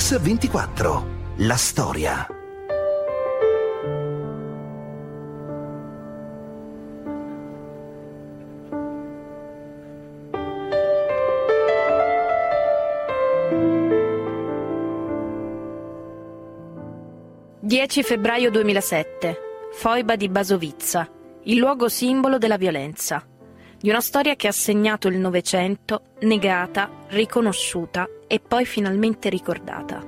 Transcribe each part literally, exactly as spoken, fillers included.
Mix ventiquattro. La storia. dieci febbraio duemilasette, Foiba di Basovizza, il luogo simbolo della violenza, di una storia che ha segnato il Novecento, negata, riconosciuta e poi finalmente ricordata.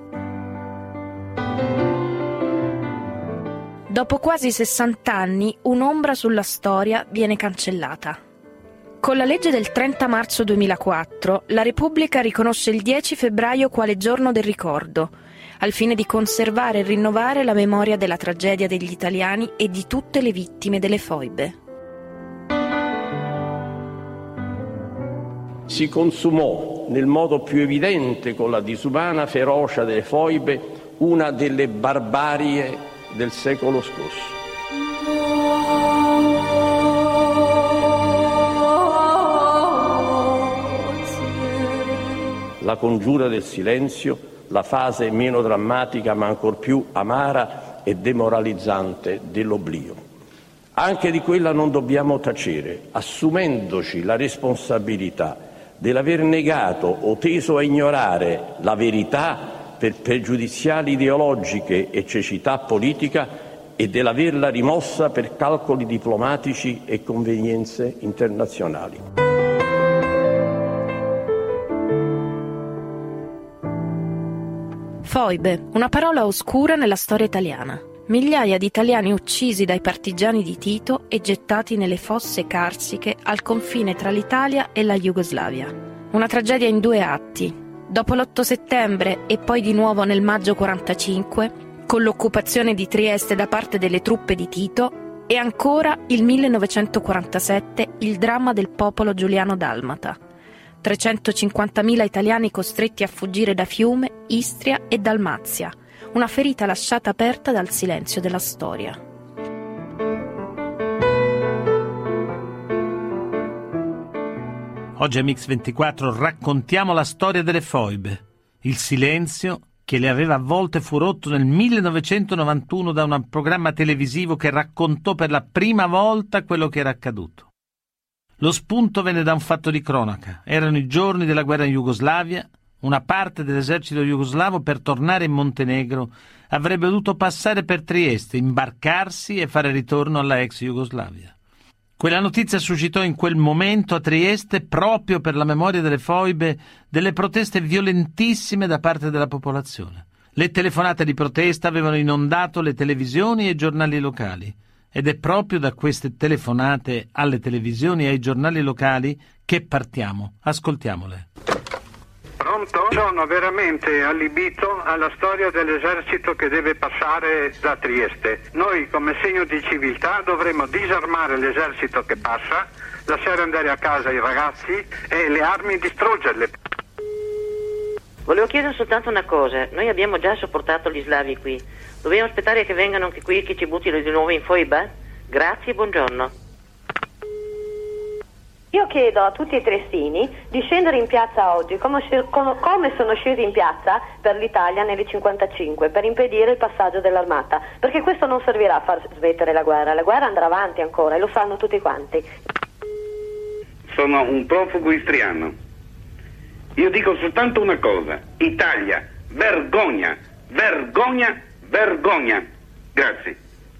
Dopo quasi sessanta anni, un'ombra sulla storia viene cancellata. Con la legge del trenta marzo duemilaquattro, la Repubblica riconosce il dieci febbraio quale giorno del ricordo, al fine di conservare e rinnovare la memoria della tragedia degli italiani e di tutte le vittime delle foibe. Si consumò nel modo più evidente con la disumana ferocia delle foibe una delle barbarie del secolo scorso. La congiura del silenzio, la fase meno drammatica ma ancor più amara e demoralizzante dell'oblio. Anche di quella non dobbiamo tacere, assumendoci la responsabilità dell'aver negato o teso a ignorare la verità per pregiudiziali ideologiche e cecità politica e dell'averla rimossa per calcoli diplomatici e convenienze internazionali. Foibe, una parola oscura nella storia italiana. Migliaia di italiani uccisi dai partigiani di Tito e gettati nelle fosse carsiche al confine tra l'Italia e la Jugoslavia. Una tragedia in due atti. Dopo l'otto settembre e poi di nuovo nel maggio quarantacinque, con l'occupazione di Trieste da parte delle truppe di Tito, e ancora il millenovecentoquarantasette, il dramma del popolo giuliano-dalmata. trecentocinquantamila italiani costretti a fuggire da Fiume, Istria e Dalmazia, una ferita lasciata aperta dal silenzio della storia. Oggi a Mix ventiquattro raccontiamo la storia delle foibe, il silenzio che le aveva avvolte fu rotto nel millenovecentonovantuno da un programma televisivo che raccontò per la prima volta quello che era accaduto. Lo spunto venne da un fatto di cronaca. Erano i giorni della guerra in Jugoslavia. Una parte dell'esercito jugoslavo per tornare in Montenegro avrebbe dovuto passare per Trieste, imbarcarsi e fare ritorno alla ex Jugoslavia. Quella notizia suscitò in quel momento a Trieste, proprio per la memoria delle foibe, delle proteste violentissime da parte della popolazione. Le telefonate di protesta avevano inondato le televisioni e i giornali locali. Ed è proprio da queste telefonate alle televisioni e ai giornali locali che partiamo. Ascoltiamole. Pronto? Sono veramente allibito alla storia dell'esercito che deve passare da Trieste. Noi come segno di civiltà dovremmo disarmare l'esercito che passa, lasciare andare a casa i ragazzi e le armi distruggerle. Volevo chiedere soltanto una cosa. Noi abbiamo già sopportato gli slavi qui. Dobbiamo aspettare che vengano anche qui e che ci buttino di nuovo in foiba? Grazie e buongiorno. Io chiedo a tutti i triestini di scendere in piazza oggi come, come sono scesi in piazza per l'Italia nel cinquantacinque per impedire il passaggio dell'armata, perché questo non servirà a far smettere la guerra. La guerra andrà avanti ancora e lo sanno tutti quanti. Sono un profugo istriano. Io dico soltanto una cosa: Italia, vergogna, vergogna, vergogna. Grazie.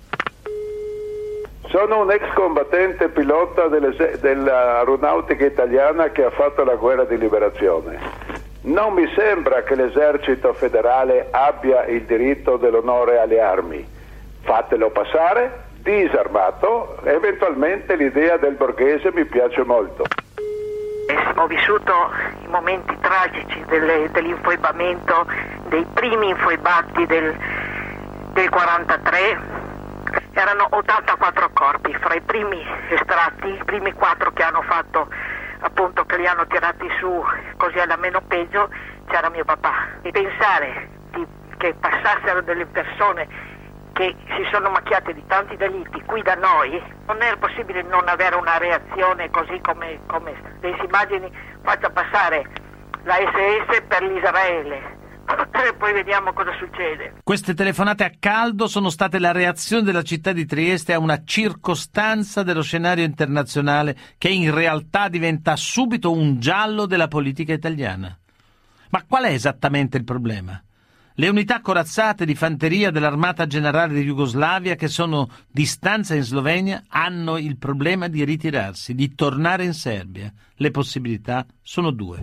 Sono un ex combattente pilota dell'aeronautica italiana che ha fatto la guerra di liberazione. Non mi sembra che l'esercito federale abbia il diritto dell'onore alle armi. Fatelo passare, disarmato, eventualmente l'idea del borghese mi piace molto. Ho vissuto i momenti tragici delle, dell'infoibamento, dei primi infoibati del, del quarantatré. Erano ottantaquattro corpi, fra i primi estratti, i primi quattro che hanno fatto, appunto, che li hanno tirati su così alla meno peggio, c'era mio papà. E pensare di, che passassero delle persone che si sono macchiate di tanti delitti qui da noi, non era possibile non avere una reazione così come, come le si immagini faccia passare la esse esse per l'Israele, e poi vediamo cosa succede. Queste telefonate a caldo sono state la reazione della città di Trieste a una circostanza dello scenario internazionale che in realtà diventa subito un giallo della politica italiana. Ma qual è esattamente il problema? Le unità corazzate di fanteria dell'Armata Generale di Jugoslavia che sono di stanza in Slovenia hanno il problema di ritirarsi, di tornare in Serbia. Le possibilità sono due.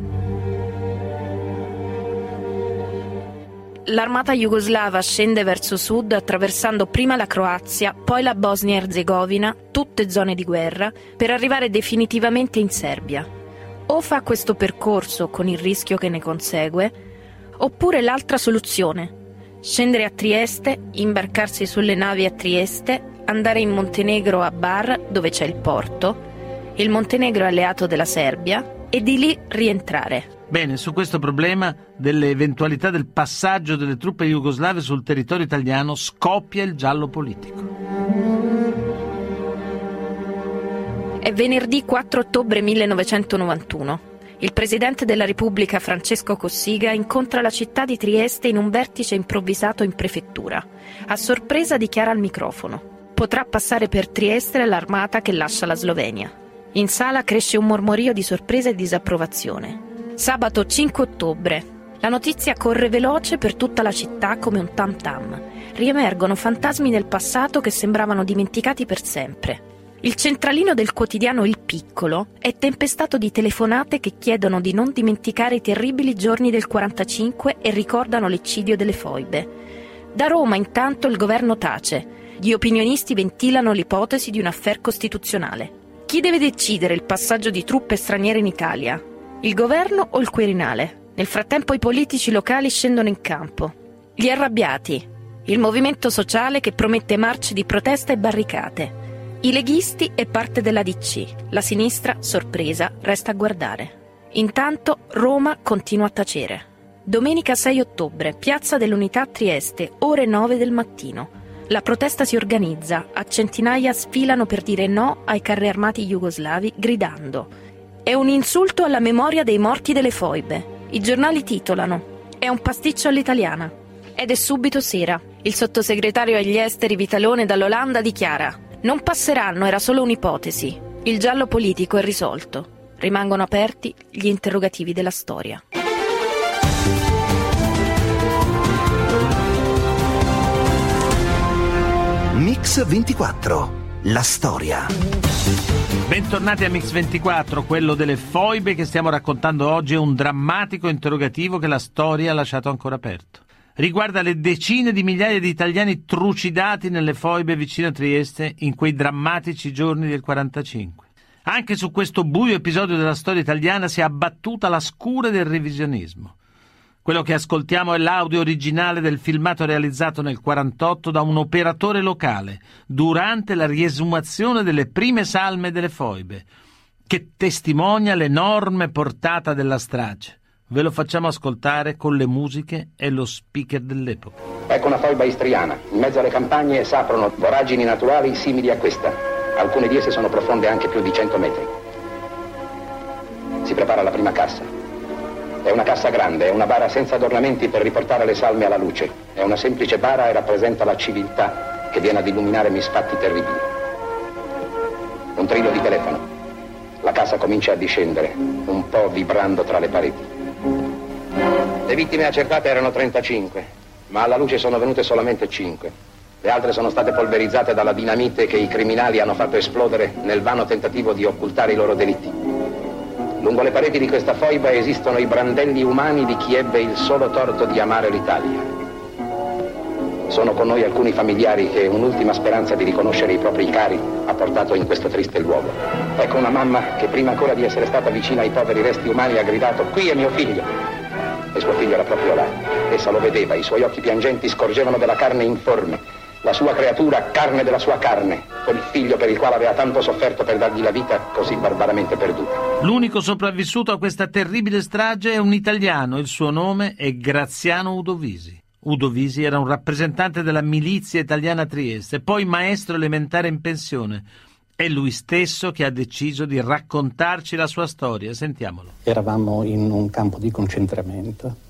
L'armata jugoslava scende verso sud attraversando prima la Croazia, poi la Bosnia e Erzegovina, tutte zone di guerra, per arrivare definitivamente in Serbia. O fa questo percorso con il rischio che ne consegue, oppure l'altra soluzione: scendere a Trieste, imbarcarsi sulle navi a Trieste, andare in Montenegro a Bar, dove c'è il porto. Il Montenegro è alleato della Serbia, e di lì rientrare. Bene, su questo problema delle eventualità del passaggio delle truppe jugoslave sul territorio italiano scoppia il giallo politico. È venerdì quattro ottobre millenovecentonovantuno. Il presidente della Repubblica Francesco Cossiga incontra la città di Trieste in un vertice improvvisato in prefettura. A sorpresa dichiara al microfono: potrà passare per Trieste l'armata che lascia la Slovenia. In sala cresce un mormorio di sorpresa e disapprovazione. Sabato cinque ottobre. La notizia corre veloce per tutta la città come un tam tam. Riemergono fantasmi del passato che sembravano dimenticati per sempre. Il centralino del quotidiano Il Piccolo è tempestato di telefonate che chiedono di non dimenticare i terribili giorni del quarantacinque e ricordano l'eccidio delle foibe. Da Roma intanto il governo tace. Gli opinionisti ventilano l'ipotesi di un affair costituzionale. Chi deve decidere il passaggio di truppe straniere in Italia? Il governo o il Quirinale? Nel frattempo i politici locali scendono in campo. Gli arrabbiati. Il movimento sociale che promette marce di protesta e barricate. I leghisti e parte della D C. La sinistra, sorpresa, resta a guardare. Intanto Roma continua a tacere. Domenica sei ottobre, Piazza dell'Unità a Trieste, ore nove del mattino. La protesta si organizza, a centinaia sfilano per dire no ai carri armati jugoslavi, gridando: è un insulto alla memoria dei morti delle foibe. I giornali titolano: è un pasticcio all'italiana. Ed è subito sera. Il sottosegretario agli esteri Vitalone dall'Olanda dichiara: non passeranno, era solo un'ipotesi. Il giallo politico è risolto. Rimangono aperti gli interrogativi della storia. Mix ventiquattro, la storia. Bentornati a Mix ventiquattro, quello delle foibe che stiamo raccontando oggi è un drammatico interrogativo che la storia ha lasciato ancora aperto. Riguarda le decine di migliaia di italiani trucidati nelle foibe vicino a Trieste in quei drammatici giorni del quarantacinque. Anche su questo buio episodio della storia italiana si è abbattuta la scure del revisionismo. Quello che ascoltiamo è l'audio originale del filmato realizzato nel quarantotto da un operatore locale durante la riesumazione delle prime salme delle foibe, che testimonia l'enorme portata della strage. Ve lo facciamo ascoltare con le musiche e lo speaker dell'epoca. Ecco una foiba istriana. In mezzo alle campagne s'aprono voragini naturali simili a questa. Alcune di esse sono profonde anche più di cento metri. Si prepara la prima cassa. È una cassa grande, è una bara senza adornamenti per riportare le salme alla luce. È una semplice bara e rappresenta la civiltà che viene ad illuminare misfatti terribili. Un trillo di telefono. La cassa comincia a discendere, un po' vibrando tra le pareti. Le vittime accertate erano trentacinque, ma alla luce sono venute solamente cinque. Le altre sono state polverizzate dalla dinamite che i criminali hanno fatto esplodere nel vano tentativo di occultare i loro delitti. Lungo le pareti di questa foiba esistono i brandelli umani di chi ebbe il solo torto di amare l'Italia. Sono con noi alcuni familiari che un'ultima speranza di riconoscere i propri cari ha portato in questo triste luogo. Ecco una mamma che prima ancora di essere stata vicina ai poveri resti umani ha gridato: qui è mio figlio! E suo figlio era proprio là. Essa lo vedeva, i suoi occhi piangenti scorgevano della carne informe, la sua creatura carne della sua carne, quel figlio per il quale aveva tanto sofferto per dargli la vita così barbaramente perduta. L'unico sopravvissuto a questa terribile strage è un italiano, il suo nome è Graziano Udovisi. Udovisi era un rappresentante della milizia italiana a Trieste, poi maestro elementare in pensione. È lui stesso che ha deciso di raccontarci la sua storia. Sentiamolo. Eravamo in un campo di concentramento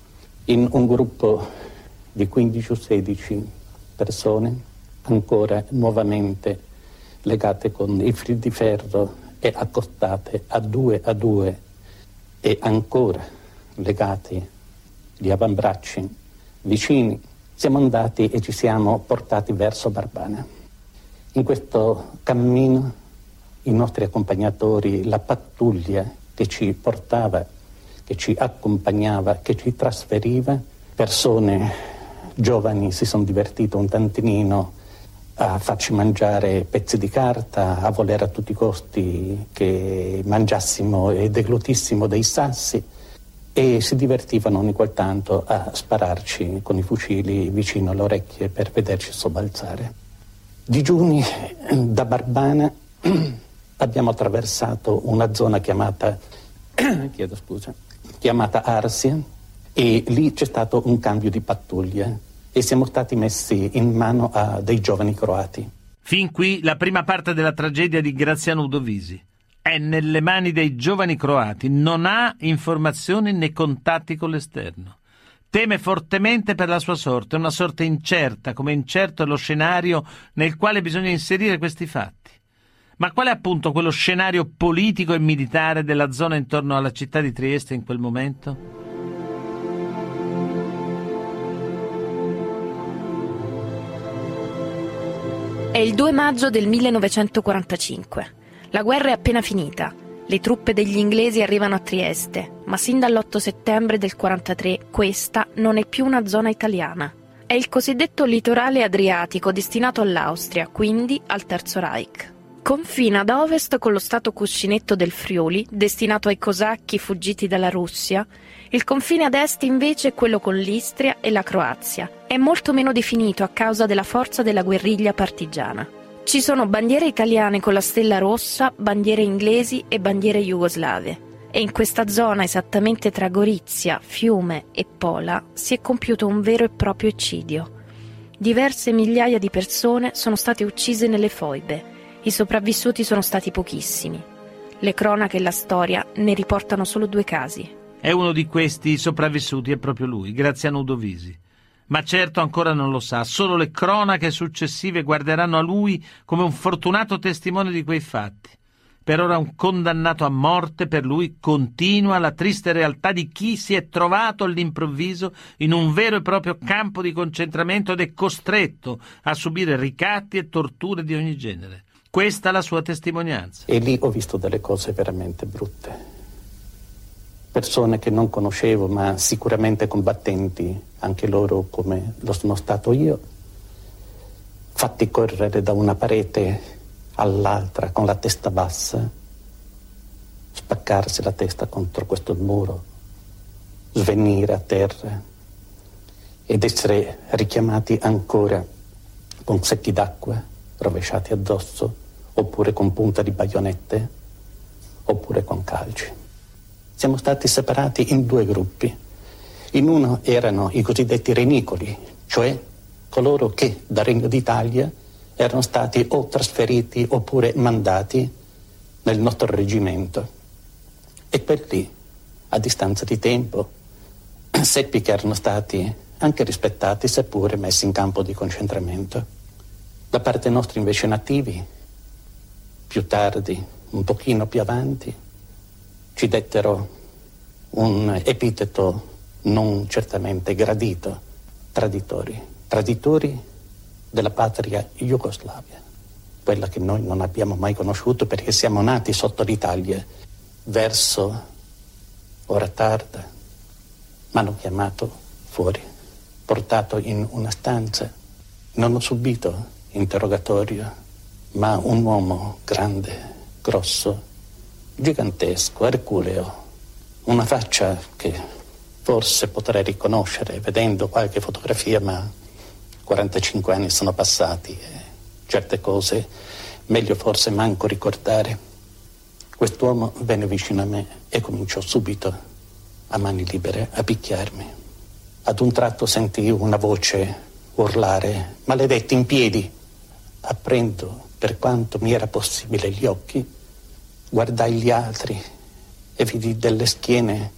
in un gruppo di quindici o sedici persone, ancora nuovamente legate con i fili di ferro e accostate a due a due e ancora legati gli avambracci vicini, siamo andati e ci siamo portati verso Barbana. In questo cammino i nostri accompagnatori, la pattuglia che ci portava, che ci accompagnava, che ci trasferiva, persone giovani si sono divertite un tantinino a farci mangiare pezzi di carta, a volere a tutti i costi che mangiassimo e deglutissimo dei sassi, e si divertivano ogni qual tanto a spararci con i fucili vicino alle orecchie per vederci sobbalzare. Digiuni da Barbana abbiamo attraversato una zona chiamata chiedo scusa, chiamata Arsia, e lì c'è stato un cambio di pattuglia e siamo stati messi in mano a dei giovani croati. Fin qui la prima parte della tragedia di Graziano Udovisi. È nelle mani dei giovani croati, non ha informazioni né contatti con l'esterno. Teme fortemente per la sua sorte, una sorte incerta, come incerto è lo scenario nel quale bisogna inserire questi fatti. Ma qual è appunto quello scenario politico e militare della zona intorno alla città di Trieste in quel momento? È il due maggio del millenovecentoquarantacinque. La guerra è appena finita. Le truppe degli inglesi arrivano a Trieste, ma sin dall'otto settembre del quarantatré questa non è più una zona italiana. È il cosiddetto litorale adriatico destinato all'Austria, quindi al Terzo Reich. Confina ad ovest con lo stato cuscinetto del Friuli, destinato ai cosacchi fuggiti dalla Russia. Il confine ad est invece è quello con l'Istria e la Croazia. È molto meno definito a causa della forza della guerriglia partigiana. Ci sono bandiere italiane con la stella rossa, bandiere inglesi e bandiere jugoslave. E in questa zona, esattamente tra Gorizia, Fiume e Pola, si è compiuto un vero e proprio eccidio. Diverse migliaia di persone sono state uccise nelle foibe. I sopravvissuti sono stati pochissimi. Le cronache e la storia ne riportano solo due casi. È uno di questi sopravvissuti, è proprio lui, Graziano Udovisi. Ma certo ancora non lo sa, solo le cronache successive guarderanno a lui come un fortunato testimone di quei fatti. Per ora un condannato a morte, per lui continua la triste realtà di chi si è trovato all'improvviso in un vero e proprio campo di concentramento ed è costretto a subire ricatti e torture di ogni genere. Questa è la sua testimonianza. E lì ho visto delle cose veramente brutte. Persone che non conoscevo, ma sicuramente combattenti, anche loro come lo sono stato io, fatti correre da una parete all'altra con la testa bassa, spaccarsi la testa contro questo muro, svenire a terra ed essere richiamati ancora con secchi d'acqua rovesciati addosso, oppure con punta di baionette, oppure con calci. Siamo stati separati in due gruppi. In uno erano i cosiddetti renicoli, cioè coloro che dal Regno d'Italia erano stati o trasferiti oppure mandati nel nostro reggimento. E quelli, a distanza di tempo, seppi che erano stati anche rispettati, seppure messi in campo di concentramento. Da parte nostra invece nativi, più tardi, un pochino più avanti, ci dettero un epiteto non certamente gradito, traditori, traditori della patria Jugoslavia, quella che noi non abbiamo mai conosciuto perché siamo nati sotto l'Italia, verso ora tarda, mi hanno chiamato fuori, portato in una stanza, non ho subito interrogatorio, ma un uomo grande, grosso, gigantesco, erculeo, una faccia che forse potrei riconoscere vedendo qualche fotografia, ma quarantacinque anni sono passati e certe cose meglio forse manco ricordare. Quest'uomo venne vicino a me e cominciò subito a mani libere a picchiarmi. Ad un tratto sentii una voce urlare: maledetti, in piedi! Aprendo per quanto mi era possibile gli occhi, guardai gli altri e vidi delle schiene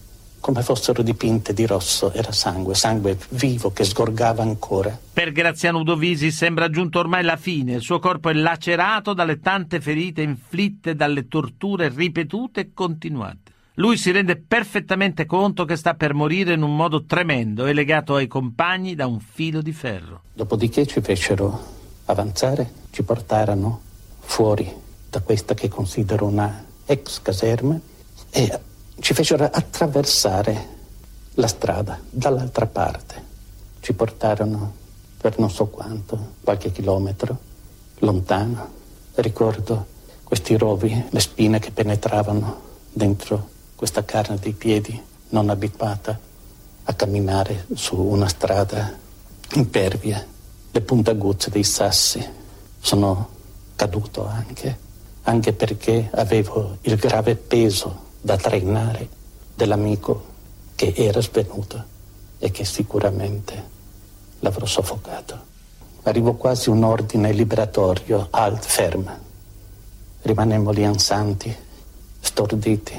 come fossero dipinte di rosso, era sangue, sangue vivo che sgorgava ancora. Per Graziano Udovisi sembra giunto ormai la fine, il suo corpo è lacerato dalle tante ferite inflitte dalle torture ripetute e continuate. Lui si rende perfettamente conto che sta per morire in un modo tremendo e legato ai compagni da un filo di ferro. Dopodiché ci fecero avanzare, ci portarono fuori da questa che considero una ex caserma e ci fecero attraversare la strada dall'altra parte. Ci portarono per non so quanto, qualche chilometro, lontano. Ricordo questi rovi, le spine che penetravano dentro questa carne dei piedi, non abituata a camminare su una strada impervia. Le puntaguzze dei sassi. Sono caduto anche, anche perché avevo il grave peso da trainare dell'amico che era svenuto e che sicuramente l'avrò soffocato. Arrivò quasi un ordine liberatorio, halt, ferma. Rimanemmo lì ansanti, storditi,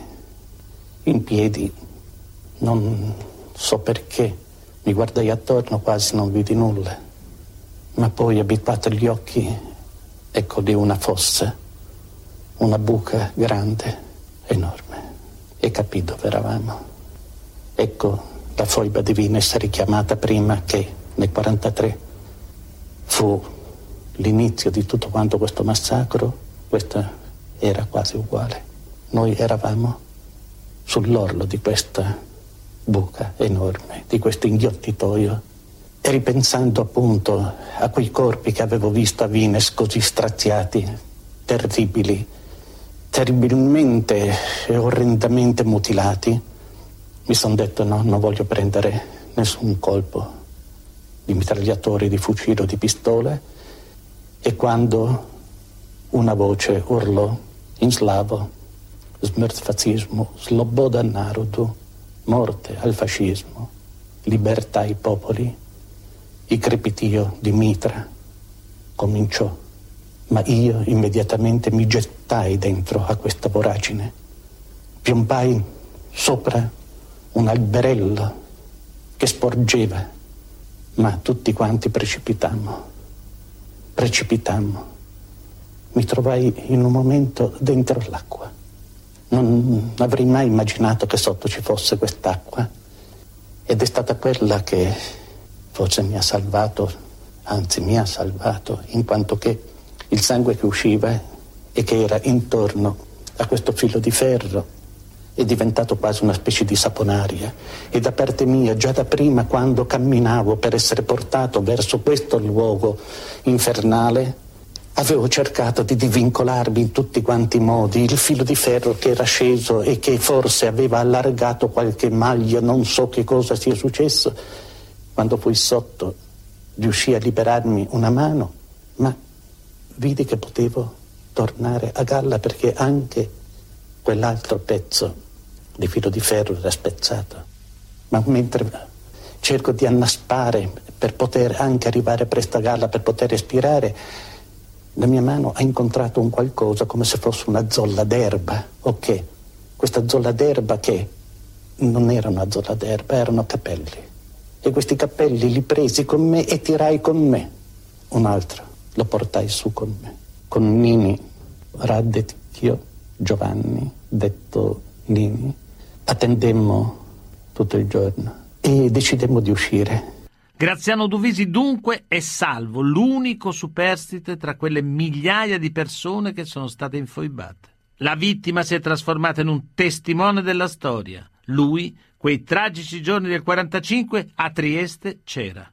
in piedi, non so perché. Mi guardai attorno, quasi non vidi nulla, ma poi, abituato gli occhi, ecco lì una fossa, una buca grande, enorme, e capì dove eravamo. Ecco la foiba divina essere chiamata prima che nel quarantatré fu l'inizio di tutto quanto questo massacro. Questa era quasi uguale. Noi eravamo sull'orlo di questa buca enorme, di questo inghiottitoio, e ripensando appunto a quei corpi che avevo visto a Vines così straziati, terribili, terribilmente e orrendamente mutilati, mi sono detto no, non voglio prendere nessun colpo di mitragliatore, di fucile o di pistola. E quando una voce urlò in slavo: smrtfascismo, sloboda narodu, morte al fascismo, libertà ai popoli, il crepitio di mitra cominciò. Ma io immediatamente mi gettai dentro a questa voragine, piombai sopra un alberello che sporgeva, ma tutti quanti precipitammo, precipitammo. Mi trovai in un momento dentro l'acqua. Non avrei mai immaginato che sotto ci fosse quest'acqua, ed è stata quella che forse mi ha salvato, anzi mi ha salvato, in quanto che il sangue che usciva e che era intorno a questo filo di ferro è diventato quasi una specie di saponaria, e da parte mia, già da prima, quando camminavo per essere portato verso questo luogo infernale, avevo cercato di divincolarmi in tutti quanti i modi. Il filo di ferro che era sceso e che forse aveva allargato qualche maglia, non so che cosa sia successo. Quando fui sotto riuscii a liberarmi una mano, ma vidi che potevo tornare a galla, perché anche quell'altro pezzo di filo di ferro era spezzato. Ma mentre cerco di annaspare per poter anche arrivare presto a galla, per poter respirare, la mia mano ha incontrato un qualcosa come se fosse una zolla d'erba. Ok, questa zolla d'erba che non era una zolla d'erba, erano capelli. E questi capelli li presi con me e tirai con me. Un altro lo portai su con me. Con Nini Raddetio Giovanni, detto Nini, attendemmo tutto il giorno e decidemmo di uscire. Graziano Udovisi dunque è salvo, l'unico superstite tra quelle migliaia di persone che sono state infoibate. La vittima si è trasformata in un testimone della storia. Lui, quei tragici giorni del quarantacinque, a Trieste c'era.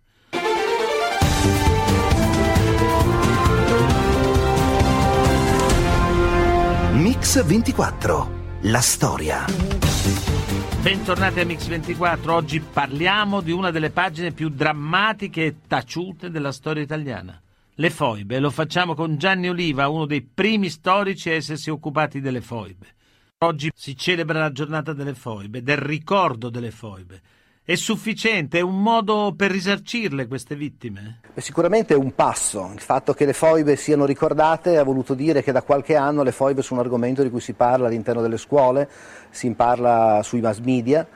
Mix ventiquattro, la storia. Bentornati a Mix ventiquattro. Oggi parliamo di una delle pagine più drammatiche e taciute della storia italiana, le foibe. Lo facciamo con Gianni Oliva, uno dei primi storici a essersi occupati delle foibe. Oggi si celebra la giornata delle foibe, del ricordo delle foibe. È sufficiente? È un modo per risarcirle queste vittime? Beh, sicuramente è un passo. Il fatto che le foibe siano ricordate ha voluto dire che da qualche anno le foibe sono un argomento di cui si parla all'interno delle scuole, si parla sui mass media,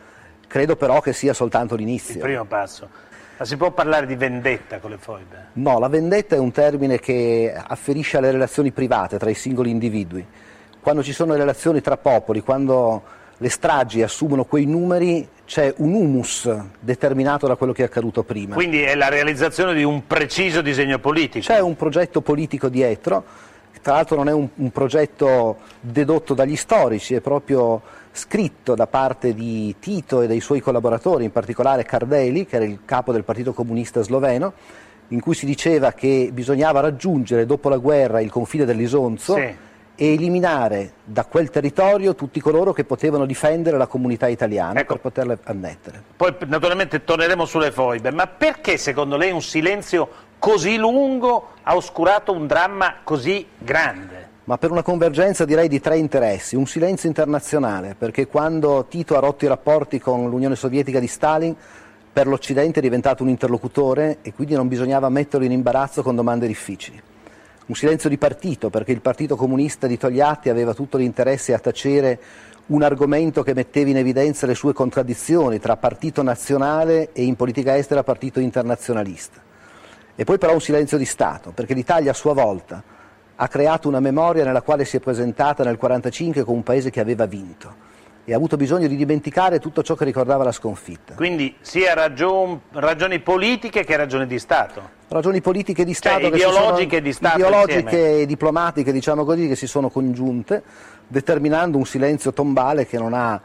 Credo però che sia soltanto l'inizio. Il primo passo. Ma si può parlare di vendetta con le foibe? No, la vendetta è un termine che afferisce alle relazioni private tra i singoli individui. Quando ci sono relazioni tra popoli, quando le stragi assumono quei numeri, c'è un humus determinato da quello che è accaduto prima. Quindi è la realizzazione di un preciso disegno politico. C'è un progetto politico dietro, tra l'altro non è un, un progetto dedotto dagli storici, è proprio scritto da parte di Tito e dei suoi collaboratori, in particolare Kardelj, che era il capo del Partito Comunista Sloveno, in cui si diceva che bisognava raggiungere dopo la guerra il confine dell'Isonzo, sì, e eliminare da quel territorio tutti coloro che potevano difendere la comunità italiana, ecco, per poterle annettere. Poi naturalmente torneremo sulle foibe, ma perché secondo lei un silenzio così lungo ha oscurato un dramma così grande? Ma per una convergenza direi di tre interessi. Un silenzio internazionale, perché quando Tito ha rotto i rapporti con l'Unione Sovietica di Stalin, per l'Occidente è diventato un interlocutore e quindi non bisognava metterlo in imbarazzo con domande difficili. Un silenzio di partito, perché il Partito Comunista di Togliatti aveva tutto l'interesse a tacere un argomento che metteva in evidenza le sue contraddizioni tra partito nazionale e in politica estera partito internazionalista. E poi però un silenzio di Stato, perché l'Italia a sua volta ha creato una memoria nella quale si è presentata nel millenovecentoquarantacinque come un paese che aveva vinto e ha avuto bisogno di dimenticare tutto ciò che ricordava la sconfitta. Quindi sia ragion, ragioni politiche che ragioni di Stato? Ragioni politiche di Stato, cioè, che ideologiche sono, di Stato ideologiche insieme. E diplomatiche, diciamo così, che si sono congiunte, determinando un silenzio tombale che non ha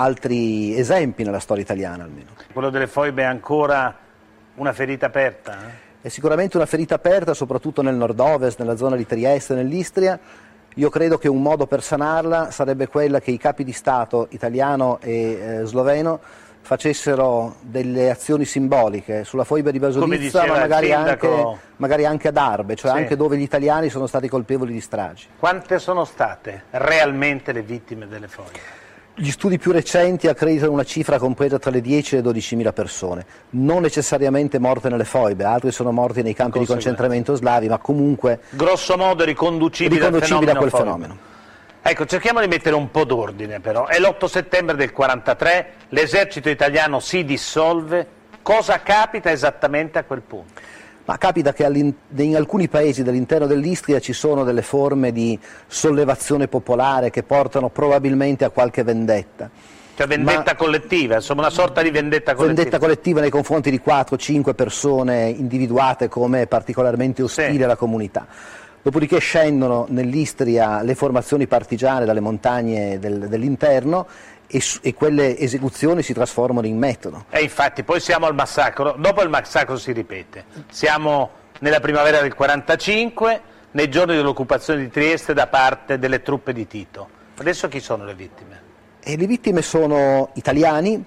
altri esempi nella storia italiana almeno. Quello delle foibe è ancora una ferita aperta? Eh? È sicuramente una ferita aperta, soprattutto nel nord-ovest, nella zona di Trieste, nell'Istria. Io credo che un modo per sanarla sarebbe quella che i capi di Stato italiano e eh, sloveno facessero delle azioni simboliche sulla foiba di Basovizza, ma magari anche, magari anche ad Arbe, cioè sì, anche dove gli italiani sono stati colpevoli di stragi. Quante sono state realmente le vittime delle foibe? Gli studi più recenti accreditano una cifra compresa tra le dieci e le dodicimila persone, non necessariamente morte nelle foibe, altri sono morti nei campi di concentramento slavi, ma comunque grosso modo riconducibili, riconducibili al a quel foibe. fenomeno. Ecco, cerchiamo di mettere un po' d'ordine però. È l'otto settembre del quarantatré, l'esercito italiano si dissolve, cosa capita esattamente a quel punto? Ma capita che in alcuni paesi dell'interno dell'Istria ci sono delle forme di sollevazione popolare che portano probabilmente a qualche vendetta. Cioè vendetta Ma, collettiva, insomma una sorta di vendetta collettiva. Vendetta collettiva nei confronti di quattro cinque persone individuate come particolarmente ostili sì. alla comunità. Dopodiché scendono nell'Istria le formazioni partigiane dalle montagne del, dell'interno e, e quelle esecuzioni si trasformano in metodo. E infatti poi siamo al massacro, dopo il massacro si ripete, siamo nella primavera del quarantacinque, nei giorni dell'occupazione di Trieste da parte delle truppe di Tito. Adesso chi sono le vittime? E le vittime sono italiani,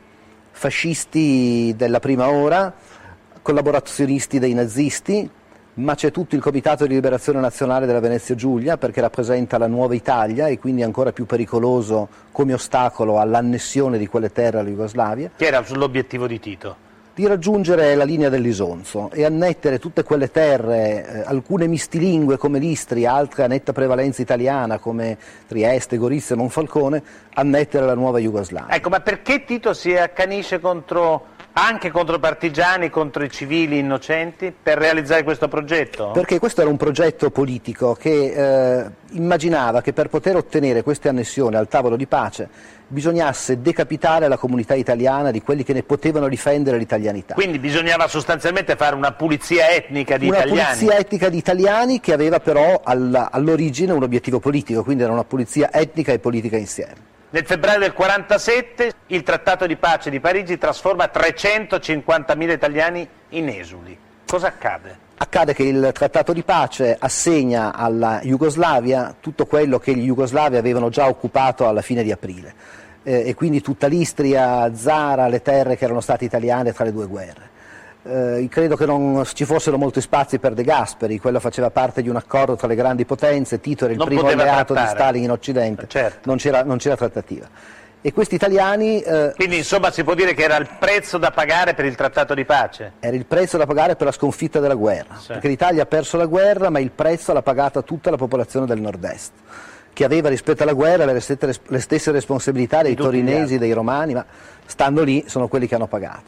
fascisti della prima ora, collaborazionisti dei nazisti, ma c'è tutto il Comitato di Liberazione Nazionale della Venezia Giulia perché rappresenta la nuova Italia e quindi è ancora più pericoloso come ostacolo all'annessione di quelle terre alla Jugoslavia. Che era l'obiettivo di Tito? Di raggiungere la linea dell'Isonzo e annettere tutte quelle terre, eh, alcune mistilingue come l'Istria, altre a netta prevalenza italiana come Trieste, Gorizia e Monfalcone, annettere la nuova Jugoslavia. Ecco, ma perché Tito si accanisce contro... anche contro partigiani, contro i civili innocenti, per realizzare questo progetto? Perché questo era un progetto politico che eh, immaginava che per poter ottenere queste annessioni al tavolo di pace bisognasse decapitare la comunità italiana di quelli che ne potevano difendere l'italianità. Quindi bisognava sostanzialmente fare una pulizia etnica di una italiani? Una pulizia etnica di italiani che aveva però all, all'origine un obiettivo politico, quindi era una pulizia etnica e politica insieme. Nel febbraio del quarantasette il Trattato di pace di Parigi trasforma trecentocinquantamila italiani in esuli. Cosa accade? Accade che il Trattato di pace assegna alla Jugoslavia tutto quello che gli jugoslavi avevano già occupato alla fine di aprile eh, e quindi tutta l'Istria, Zara, le terre che erano state italiane tra le due guerre. Eh, credo che non ci fossero molti spazi per De Gasperi, quello faceva parte di un accordo tra le grandi potenze, Tito era il non primo alleato trattare. di Stalin in Occidente, certo. non c'era, non c'era trattativa. E questi italiani... Eh, Quindi insomma si può dire che era il prezzo da pagare per il trattato di pace? Era il prezzo da pagare per la sconfitta della guerra, sì. perché l'Italia ha perso la guerra ma il prezzo l'ha pagata tutta la popolazione del nord-est. che aveva rispetto alla guerra le stesse, le stesse responsabilità dei torinesi, dei romani, ma stando lì sono quelli che hanno pagato.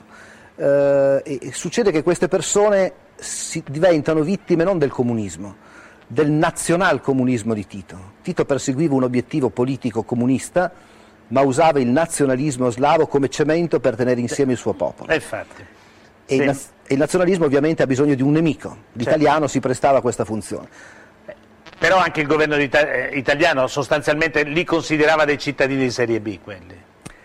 Eh, e succede che queste persone si diventano vittime non del comunismo, del nazionalcomunismo di Tito. Tito perseguiva un obiettivo politico comunista, ma usava il nazionalismo slavo come cemento per tenere insieme il suo popolo. E infatti. E, Sì. il, naz- e il nazionalismo ovviamente ha bisogno di un nemico. L'italiano Certo. si prestava a questa funzione. Però anche il governo ita- eh, italiano sostanzialmente li considerava dei cittadini di serie B quelli.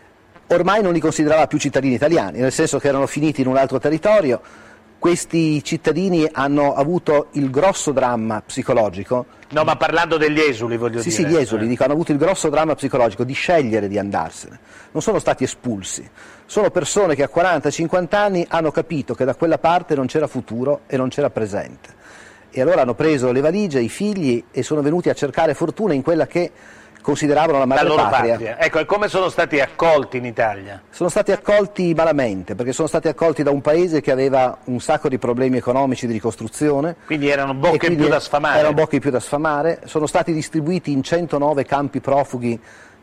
Ormai non li considerava più cittadini italiani, nel senso che erano finiti in un altro territorio. Questi cittadini hanno avuto il grosso dramma psicologico. No, ma parlando degli esuli, voglio sì, dire. Sì, gli esuli, eh. dico, hanno avuto il grosso dramma psicologico di scegliere di andarsene. Non sono stati espulsi. Sono persone che a quaranta cinquanta anni hanno capito che da quella parte non c'era futuro e non c'era presente. E allora hanno preso le valigie, i figli, e sono venuti a cercare fortuna in quella che consideravano la La loro madrepatria. patria. Ecco, e come sono stati accolti in Italia? Sono stati accolti malamente, perché sono stati accolti da un paese che aveva un sacco di problemi economici di ricostruzione. Quindi erano bocche e quindi più da sfamare. Erano bocche più da sfamare. Sono stati distribuiti in centonove campi profughi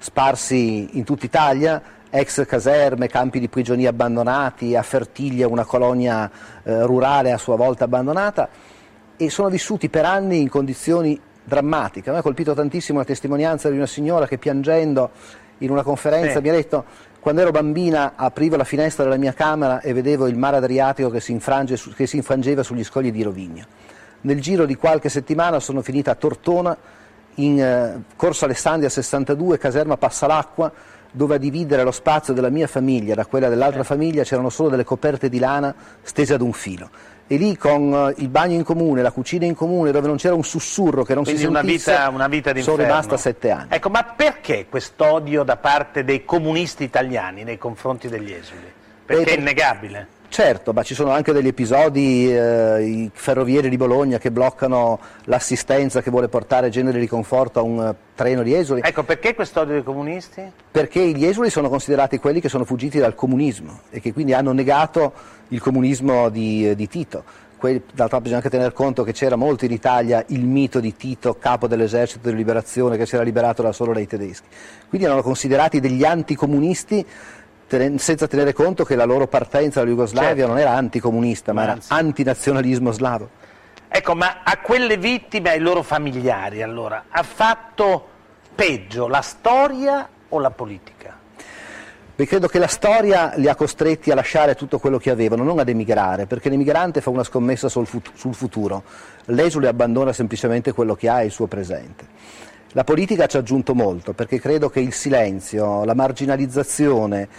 sparsi in tutta Italia, ex caserme, campi di prigionia abbandonati, a Fertiglia una colonia eh, rurale a sua volta abbandonata, e sono vissuti per anni in condizioni drammatiche. A me ha colpito tantissimo la testimonianza di una signora che, piangendo in una conferenza, sì. mi ha detto: quando ero bambina aprivo la finestra della mia camera e vedevo il mare Adriatico che si, infrange, che si infrangeva sugli scogli di Rovigno. Nel giro di qualche settimana sono finita a Tortona, in eh, Corso Alessandria sessantadue, caserma Passalacqua, dove a dividere lo spazio della mia famiglia da quella dell'altra famiglia c'erano solo delle coperte di lana stese ad un filo. E lì, con il bagno in comune, la cucina in comune, dove non c'era un sussurro che non Quindi si una sentisse, vita, una vita d'inferno. sono rimasta sette anni. Ecco, ma perché quest'odio da parte dei comunisti italiani nei confronti degli esuli? Perché Eh, è innegabile. Certo, ma ci sono anche degli episodi, eh, i ferrovieri di Bologna che bloccano l'assistenza che vuole portare generi di conforto a un eh, treno di esuli. Ecco, perché quest'odio dei comunisti? Perché gli esuli sono considerati quelli che sono fuggiti dal comunismo e che quindi hanno negato il comunismo di, di Tito. Que- d'altro bisogna anche tener conto che c'era molto in Italia il mito di Tito, capo dell'esercito di liberazione, che si era liberato da solo dai tedeschi. Quindi erano considerati degli anticomunisti, ten- senza tenere conto che la loro partenza dalla Jugoslavia Certo. non era anticomunista, ma era Anzi. antinazionalismo slavo. Ecco, ma a quelle vittime, ai loro familiari, allora, ha fatto peggio la storia o la politica? Beh, credo che la storia li ha costretti a lasciare tutto quello che avevano, non ad emigrare, perché l'emigrante fa una scommessa sul, fut- sul futuro, l'esule abbandona semplicemente quello che ha e il suo presente. La politica ci ha aggiunto molto, perché credo che il silenzio, la marginalizzazione,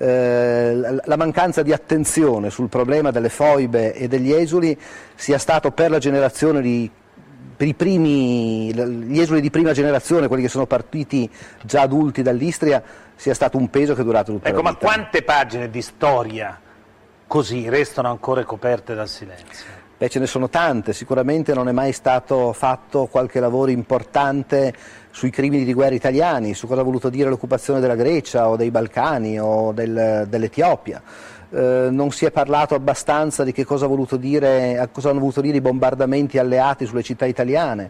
eh, la, la mancanza di attenzione sul problema delle foibe e degli esuli sia stato per la generazione di per i primi, gli esuli di prima generazione, quelli che sono partiti già adulti dall'Istria, sia stato un peso che è durato tutta Ecco, la ma vita. quante pagine di storia così restano ancora coperte dal silenzio? Beh, ce ne sono tante, sicuramente non è mai stato fatto qualche lavoro importante sui crimini di guerra italiani, su cosa ha voluto dire l'occupazione della Grecia o dei Balcani o del, dell'Etiopia. Eh, non si è parlato abbastanza di che cosa, ha voluto dire, cosa hanno voluto dire i bombardamenti alleati sulle città italiane,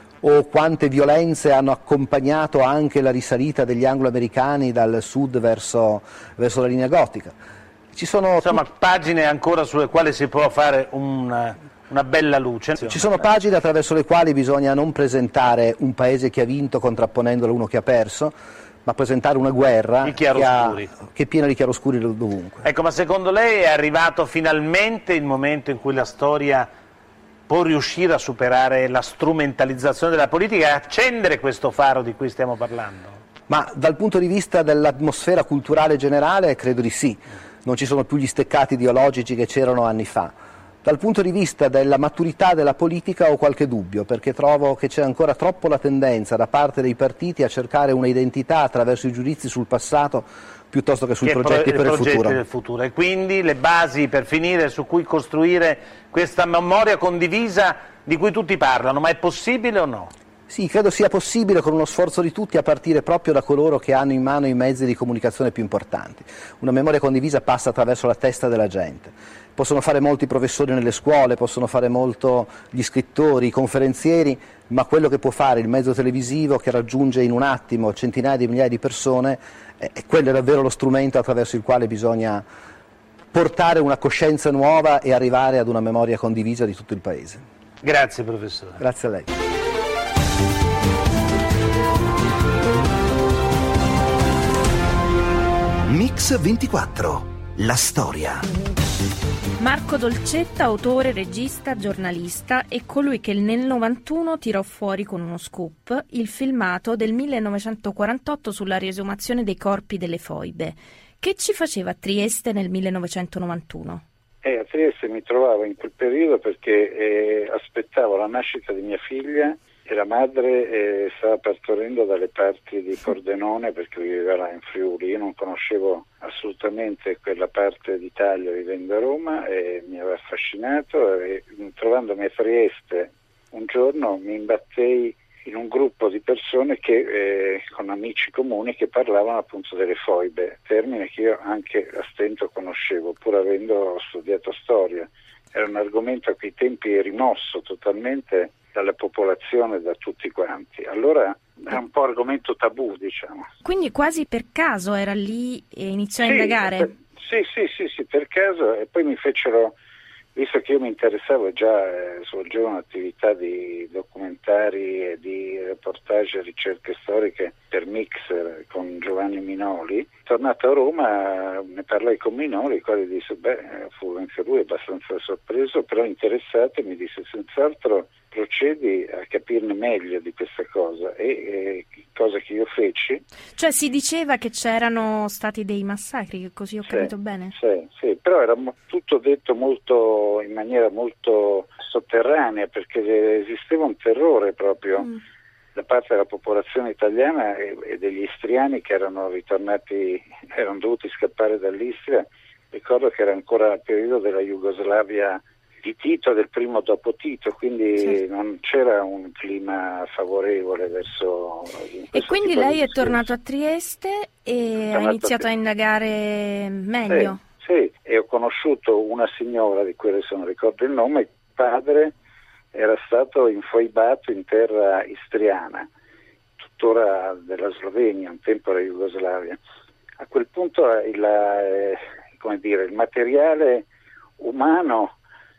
o quante violenze hanno accompagnato anche la risalita degli anglo-americani dal sud verso, verso la linea gotica. Ci sono Insomma, pagine ancora sulle quali si può fare una, una bella luce. Ci sono pagine attraverso le quali bisogna non presentare un paese che ha vinto contrapponendolo a uno che ha perso, ma presentare una guerra I che, ha, chiaroscuri. che è piena di chiaroscuri dovunque. Ecco, ma secondo lei è arrivato finalmente il momento in cui la storia può riuscire a superare la strumentalizzazione della politica e accendere questo faro di cui stiamo parlando? Ma dal punto di vista dell'atmosfera culturale generale credo di sì, non ci sono più gli steccati ideologici che c'erano anni fa. Dal punto di vista della maturità della politica ho qualche dubbio, perché trovo che c'è ancora troppo la tendenza da parte dei partiti a cercare una identità attraverso i giudizi sul passato piuttosto che sui Che progetti pro- per il progetti futuro. del futuro. E quindi le basi per finire su cui costruire questa memoria condivisa di cui tutti parlano, ma è possibile o no? Sì, credo sia possibile con uno sforzo di tutti a partire proprio da coloro che hanno in mano i mezzi di comunicazione più importanti. Una memoria condivisa passa attraverso la testa della gente. Possono fare molti professori nelle scuole, possono fare molto gli scrittori, i conferenzieri, ma quello che può fare il mezzo televisivo che raggiunge in un attimo centinaia di migliaia di persone, eh, quello è davvero lo strumento attraverso il quale bisogna portare una coscienza nuova e arrivare ad una memoria condivisa di tutto il Paese. Grazie professore. Grazie a lei. Mix ventiquattro, la storia. Marco Dolcetta, autore, regista, giornalista, è colui che nel novantuno tirò fuori con uno scoop il filmato del millenovecentoquarantotto sulla riesumazione dei corpi delle foibe. Che ci faceva a Trieste nel millenovecentonovantuno? Eh, a Trieste mi trovavo in quel periodo perché eh, aspettavo la nascita di mia figlia e la madre eh, stava partorendo dalle parti di Pordenone perché viveva là in Friuli. Io non conoscevo assolutamente quella parte d'Italia vivendo a Roma e mi aveva affascinato e trovandomi a Trieste un giorno mi imbattei in un gruppo di persone che eh, con amici comuni che parlavano appunto delle foibe, termine che io anche a stento conoscevo pur avendo studiato storia. Era un argomento a quei tempi rimosso totalmente dalla popolazione, da tutti quanti. Allora era un po' argomento tabù, diciamo. Quindi quasi per caso era lì e iniziò sì, a indagare? Per, sì, sì, sì, sì, per caso, e poi mi fecero, visto che io mi interessavo e già eh, svolgevo un'attività di documentari e di reportage e ricerche storiche per Mixer con Giovanni Minoli, tornato a Roma ne parlai con Minoli, il quale disse, beh, fu anche lui abbastanza sorpreso, però interessato, e mi disse, senz'altro procedi a capirne meglio di questa cosa, e, e cosa che io feci. Cioè si diceva che c'erano stati dei massacri, così ho sì, capito bene? Sì, sì, però era mo- tutto detto molto in maniera molto sotterranea, perché esisteva un terrore proprio mm. da parte della popolazione italiana e, e degli istriani che erano ritornati, erano dovuti scappare dall'Istria. Ricordo che era ancora il periodo della Jugoslavia di Tito, del primo dopo Tito, quindi sì. non c'era un clima favorevole verso... E quindi lei è tornato a Trieste e ha iniziato a, a indagare meglio? Sì, sì, e ho conosciuto una signora di cui adesso non ricordo il nome, il padre era stato infoibato in terra istriana, tuttora della Slovenia, un tempo era Jugoslavia. A quel punto il, eh, come dire, il materiale umano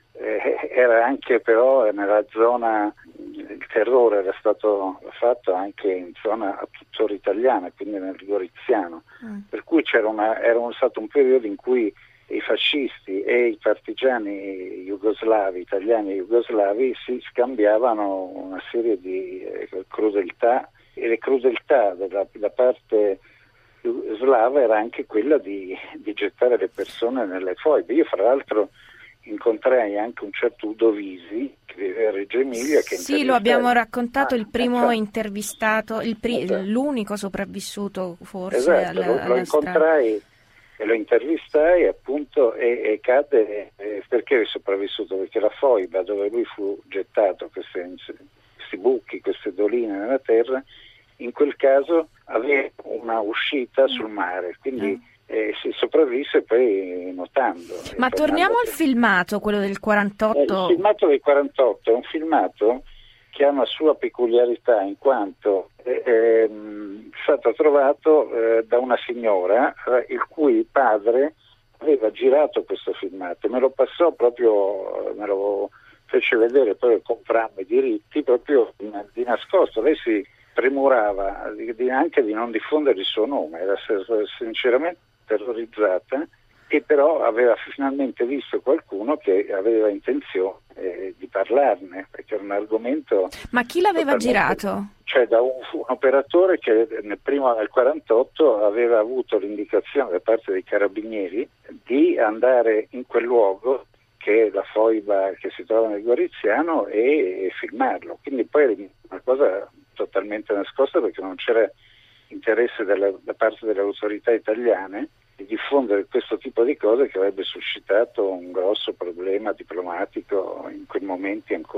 Eh, era anche però nella zona, il terrore era stato fatto anche in zona a tuttora italiana, quindi nel Goriziano, mm. per cui c'era una, era un, stato un periodo in cui i fascisti e i partigiani jugoslavi, italiani e jugoslavi, si scambiavano una serie di eh, crudeltà, e le crudeltà della, della parte jugoslava era anche quella di, di gettare le persone nelle foibe. Io fra l'altro incontrai anche un certo Udo Visi che viveva a Reggio Emilia, che sì, lo abbiamo raccontato, ah, il primo esatto. intervistato, il pri- esatto. l'unico sopravvissuto forse esatto, alla, lo, lo alla incontrai strada. E lo intervistai appunto e, e cadde, eh, perché è sopravvissuto? Perché la foiba dove lui fu gettato, queste, questi buchi, queste doline nella terra, in quel caso aveva una uscita sul mare, quindi mm. Eh, si sopravvisse poi nuotando. Ma torniamo al filmato, quello del quarantotto. Eh, il filmato del quarantotto è un filmato che ha una sua peculiarità, in quanto è, è stato trovato eh, da una signora eh, il cui padre aveva girato questo filmato, me lo passò proprio, me lo fece vedere, poi comprammo i diritti proprio di nascosto. Lei si premurava di, di, anche di non diffondere il suo nome, era sinceramente terrorizzata, e però aveva finalmente visto qualcuno che aveva intenzione eh, di parlarne, perché era un argomento... Ma chi l'aveva girato? Cioè da un, un operatore che nel primo nel quarantotto aveva avuto l'indicazione da parte dei carabinieri di andare in quel luogo, che è la foiba che si trova nel Goriziano, e, e filmarlo. Quindi poi era una cosa totalmente nascosta, perché non c'era interesse della, da parte delle autorità italiane di diffondere questo tipo di cose, che avrebbe suscitato un grosso problema diplomatico in quei momenti ancora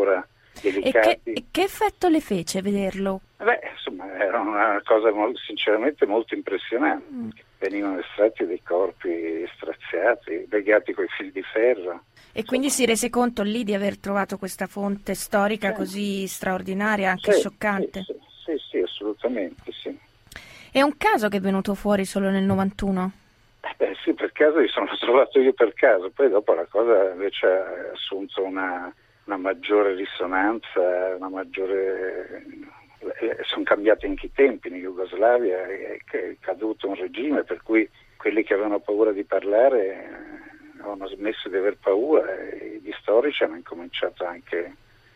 delicati. E che, e che effetto le fece vederlo? Beh, insomma, era una cosa molto, sinceramente molto impressionante. Mm. Venivano estratti dei corpi straziati, legati coi fil di ferro. E quindi si rese conto lì di aver trovato questa fonte storica sì. così straordinaria, anche sì, scioccante? Sì, sì, sì, sì, assolutamente sì. È un caso che è venuto fuori solo nel novantuno? Beh sì, per caso mi sono trovato io per caso, poi dopo la cosa invece ha assunto una, una maggiore risonanza, una maggiore... sono cambiati anche i tempi in Jugoslavia, è caduto un regime per cui quelli che avevano paura di parlare avevano smesso di aver paura e gli storici hanno incominciato anche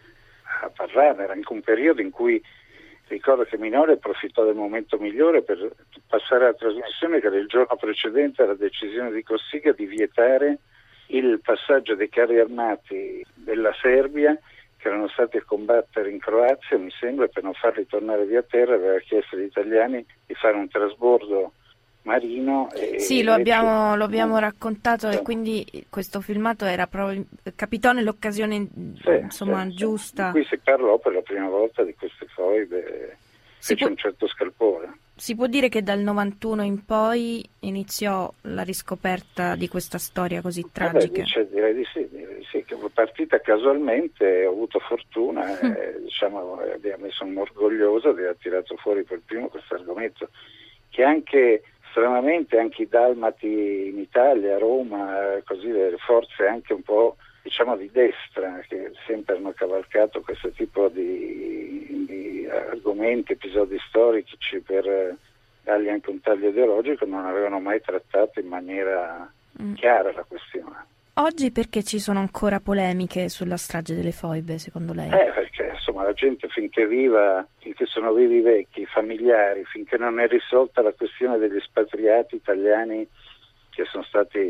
a parlare. Era anche un periodo in cui ricordo che Minori approfittò del momento migliore per passare alla trasmissione che era il giorno precedente alla decisione di Cossiga di vietare il passaggio dei carri armati della Serbia che erano stati a combattere in Croazia, mi sembra, per non farli tornare via terra, aveva chiesto agli italiani di fare un trasbordo marino. E sì, lo abbiamo, lo abbiamo raccontato sì. E quindi questo filmato era proprio, capitò nell'occasione sì, insomma sì, giusta. Qui si parlò per la prima volta di queste foibe, fece può... un certo scalpore. Si può dire che dal novantuno in poi iniziò la riscoperta di questa storia così tragica? Vabbè, dice, direi di sì, direi di sì, che partita casualmente, ho avuto fortuna, mm. eh, diciamo, mi sono orgoglioso di aver tirato fuori per primo questo argomento, che anche stranamente anche i dalmati in Italia, a Roma, così le forze anche un po' diciamo di destra, che sempre hanno cavalcato questo tipo di, di argomenti, episodi storici per dargli anche un taglio ideologico, non avevano mai trattato in maniera mm. chiara la questione. Oggi perché ci sono ancora polemiche sulla strage delle foibe, secondo lei? Eh, perché insomma la gente finché viva, finché sono vivi i vecchi, i familiari, finché non è risolta la questione degli espatriati italiani che sono stati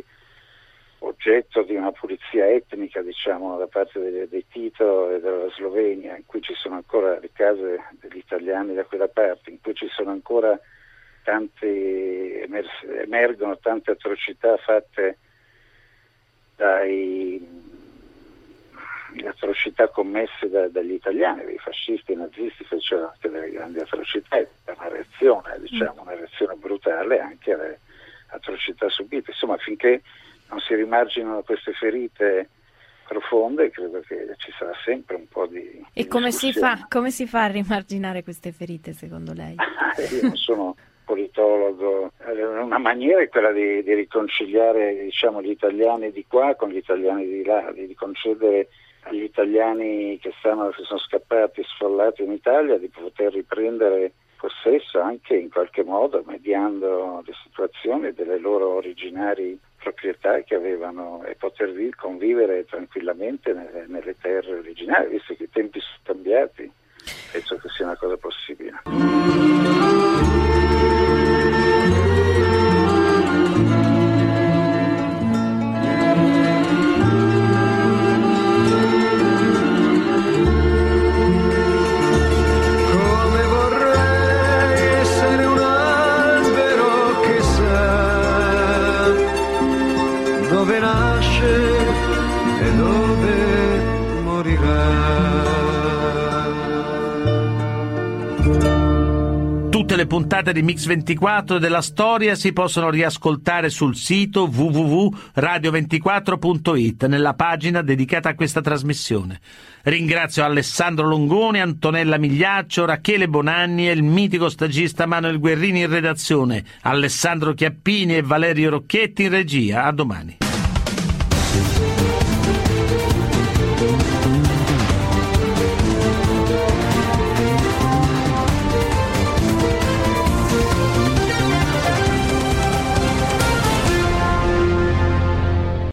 oggetto di una pulizia etnica, diciamo, da parte dei, dei Tito e della Slovenia, in cui ci sono ancora le case degli italiani da quella parte, in cui ci sono ancora tanti, emergono tante atrocità fatte dai le atrocità commesse da, dagli italiani, dei fascisti e nazisti facevano anche delle grandi atrocità, è una reazione, diciamo, una reazione brutale anche alle atrocità subite. Insomma, finché non si rimarginano queste ferite profonde, credo che ci sarà sempre un po' di E come si fa, come si fa a rimarginare queste ferite, secondo lei? Io non sono politologo, una maniera è quella di, di riconciliare, diciamo, gli italiani di qua con gli italiani di là, di concedere agli italiani che, stanno, che sono scappati, sfollati in Italia, di poter riprendere possesso anche in qualche modo, mediando le situazioni delle loro originari proprietà che avevano, e poter convivere tranquillamente nelle, nelle terre originali, visto che i tempi sono cambiati, penso che sia una cosa possibile. Dove nasce e dove morirà. Tutte le puntate di Mix ventiquattro della storia si possono riascoltare sul sito w w w punto radio ventiquattro punto i t nella pagina dedicata a questa trasmissione. Ringrazio Alessandro Longoni, Antonella Migliaccio, Rachele Bonanni e il mitico stagista Manuel Guerrini in redazione, Alessandro Chiappini e Valerio Rocchetti in regia. A domani.